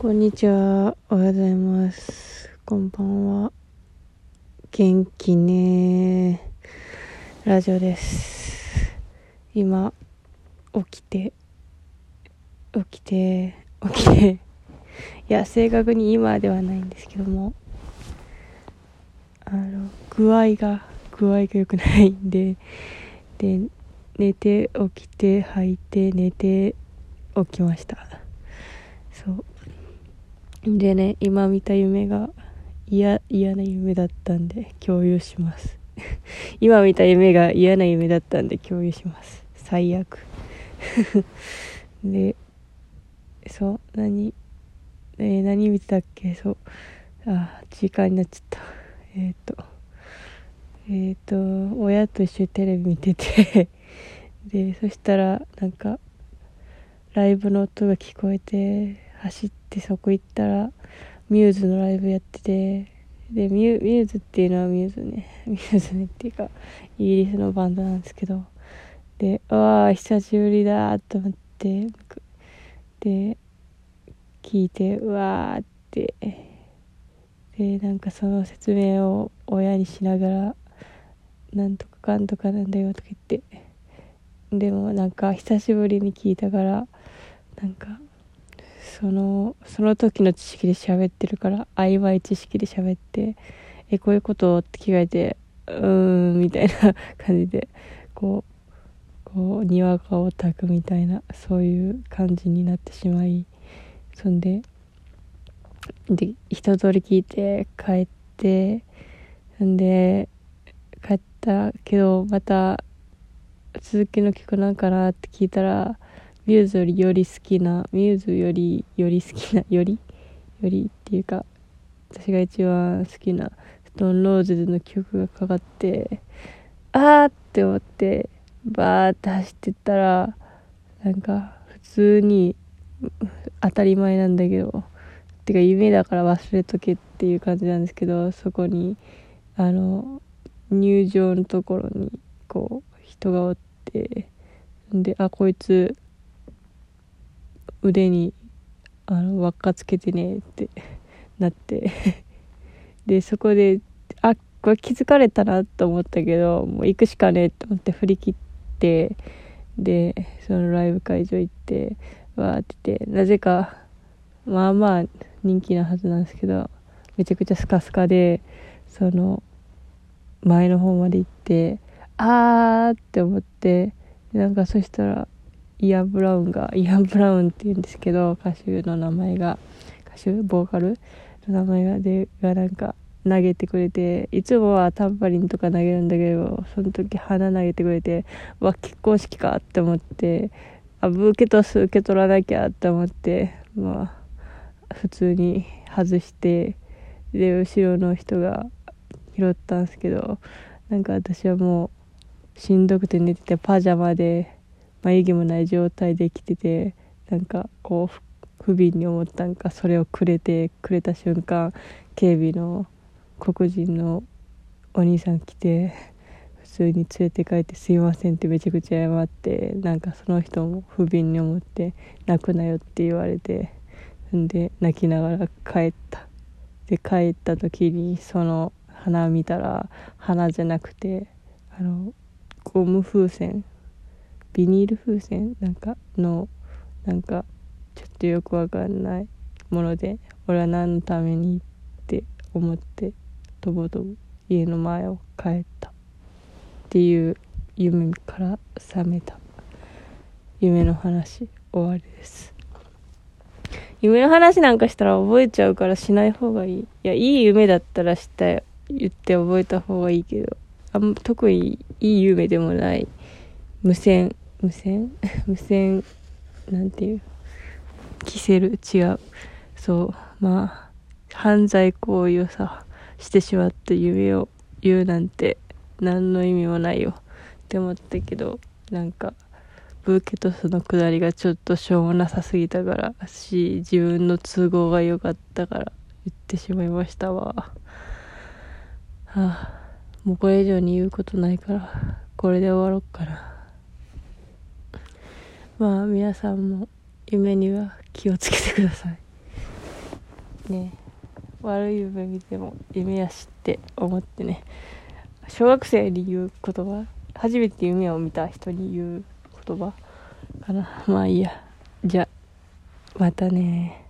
こんにちは。おはようございます。こんばんは。元気ねラジオです。今起きていや正確に今ではないんですけども、具合が良くないんで寝て起きて吐いて寝て起きました。そうでね、今見た夢が嫌な夢だったんで共有します今見た夢が嫌な夢だったんで共有します。最悪で、そう何見てたっけ。そう時間になっちゃった。親と一緒にテレビ見ててで、そしたらなんかライブの音が聞こえて、走ってそこ行ったらミューズのライブやってて、でミューズっていうのはミューズねっていうかイギリスのバンドなんですけど、で久しぶりだと思ってで聞いてってで、なんかその説明を親にしながら、なんとかかんとかなんだよとか言って、でもなんか久しぶりに聞いたから、なんかその時の知識で喋ってるから曖昧知識で喋って、こういうことって聞かれてみたいな感じでこうにわかオタクみたいな、そういう感じになってしまい、そんで一通り聞いて帰って、んで帰ったけど、また続きの曲なんかなって聞いたら、ミューズより好きなっていうか、私が一番好きなストーンローズの曲がかかって、って思ってバーって走ってったら、なんか普通に当たり前なんだけど、てか夢だから忘れとけっていう感じなんですけど、そこに入場のところにこう人がおって、でこいつ腕に輪っかつけてねってなってでそこでこれ気づかれたなと思ったけど、もう行くしかねえと思って振り切って、でそのライブ会場行ってわーってて、なぜかまあまあ人気なはずなんですけど、めちゃくちゃスカスカで、その前の方まで行ってって思って、なんかそしたらイアン・ブラウンって言うんですけど、ボーカルの名前がなんか投げてくれて、いつもはタンバリンとか投げるんだけど、その時花投げてくれて、結婚式かって思って、ブーケトス受け取らなきゃって思って、普通に外して、で後ろの人が拾ったんですけど、なんか私はもうしんどくて寝てて、パジャマで眉毛もない状態で来てて、なんかこう不憫に思ったんか、それをくれた瞬間、警備の黒人のお兄さん来て、普通に連れて帰って、すいませんってめちゃくちゃ謝って、なんかその人も不憫に思って泣くなよって言われて、んで泣きながら帰った時に、その花見たら花じゃなくてゴム風船、ビニール風船なんかちょっとよくわかんないもので、俺は何のためにって思ってとぼとぼ家の前を帰ったっていう夢から覚めた夢の話、終わりです。夢の話なんかしたら覚えちゃうからしない方がいい。いや、いい夢だったら言って覚えた方がいいけど、特にいい夢でもない、無線なんていう、キセル、違う、犯罪行為をしてしまった夢を言うなんて何の意味もないよって思ったけど、なんかブーケトスのくだりがちょっとしょうもなさすぎたから自分の都合が良かったから言ってしまいましたわ。もうこれ以上に言うことないからこれで終わろうかな。皆さんも夢には気をつけてください。 ね、悪い夢見ても夢やしって思ってね、小学生に言う言葉、初めて夢を見た人に言う言葉かな。まあいいや。じゃあまたね。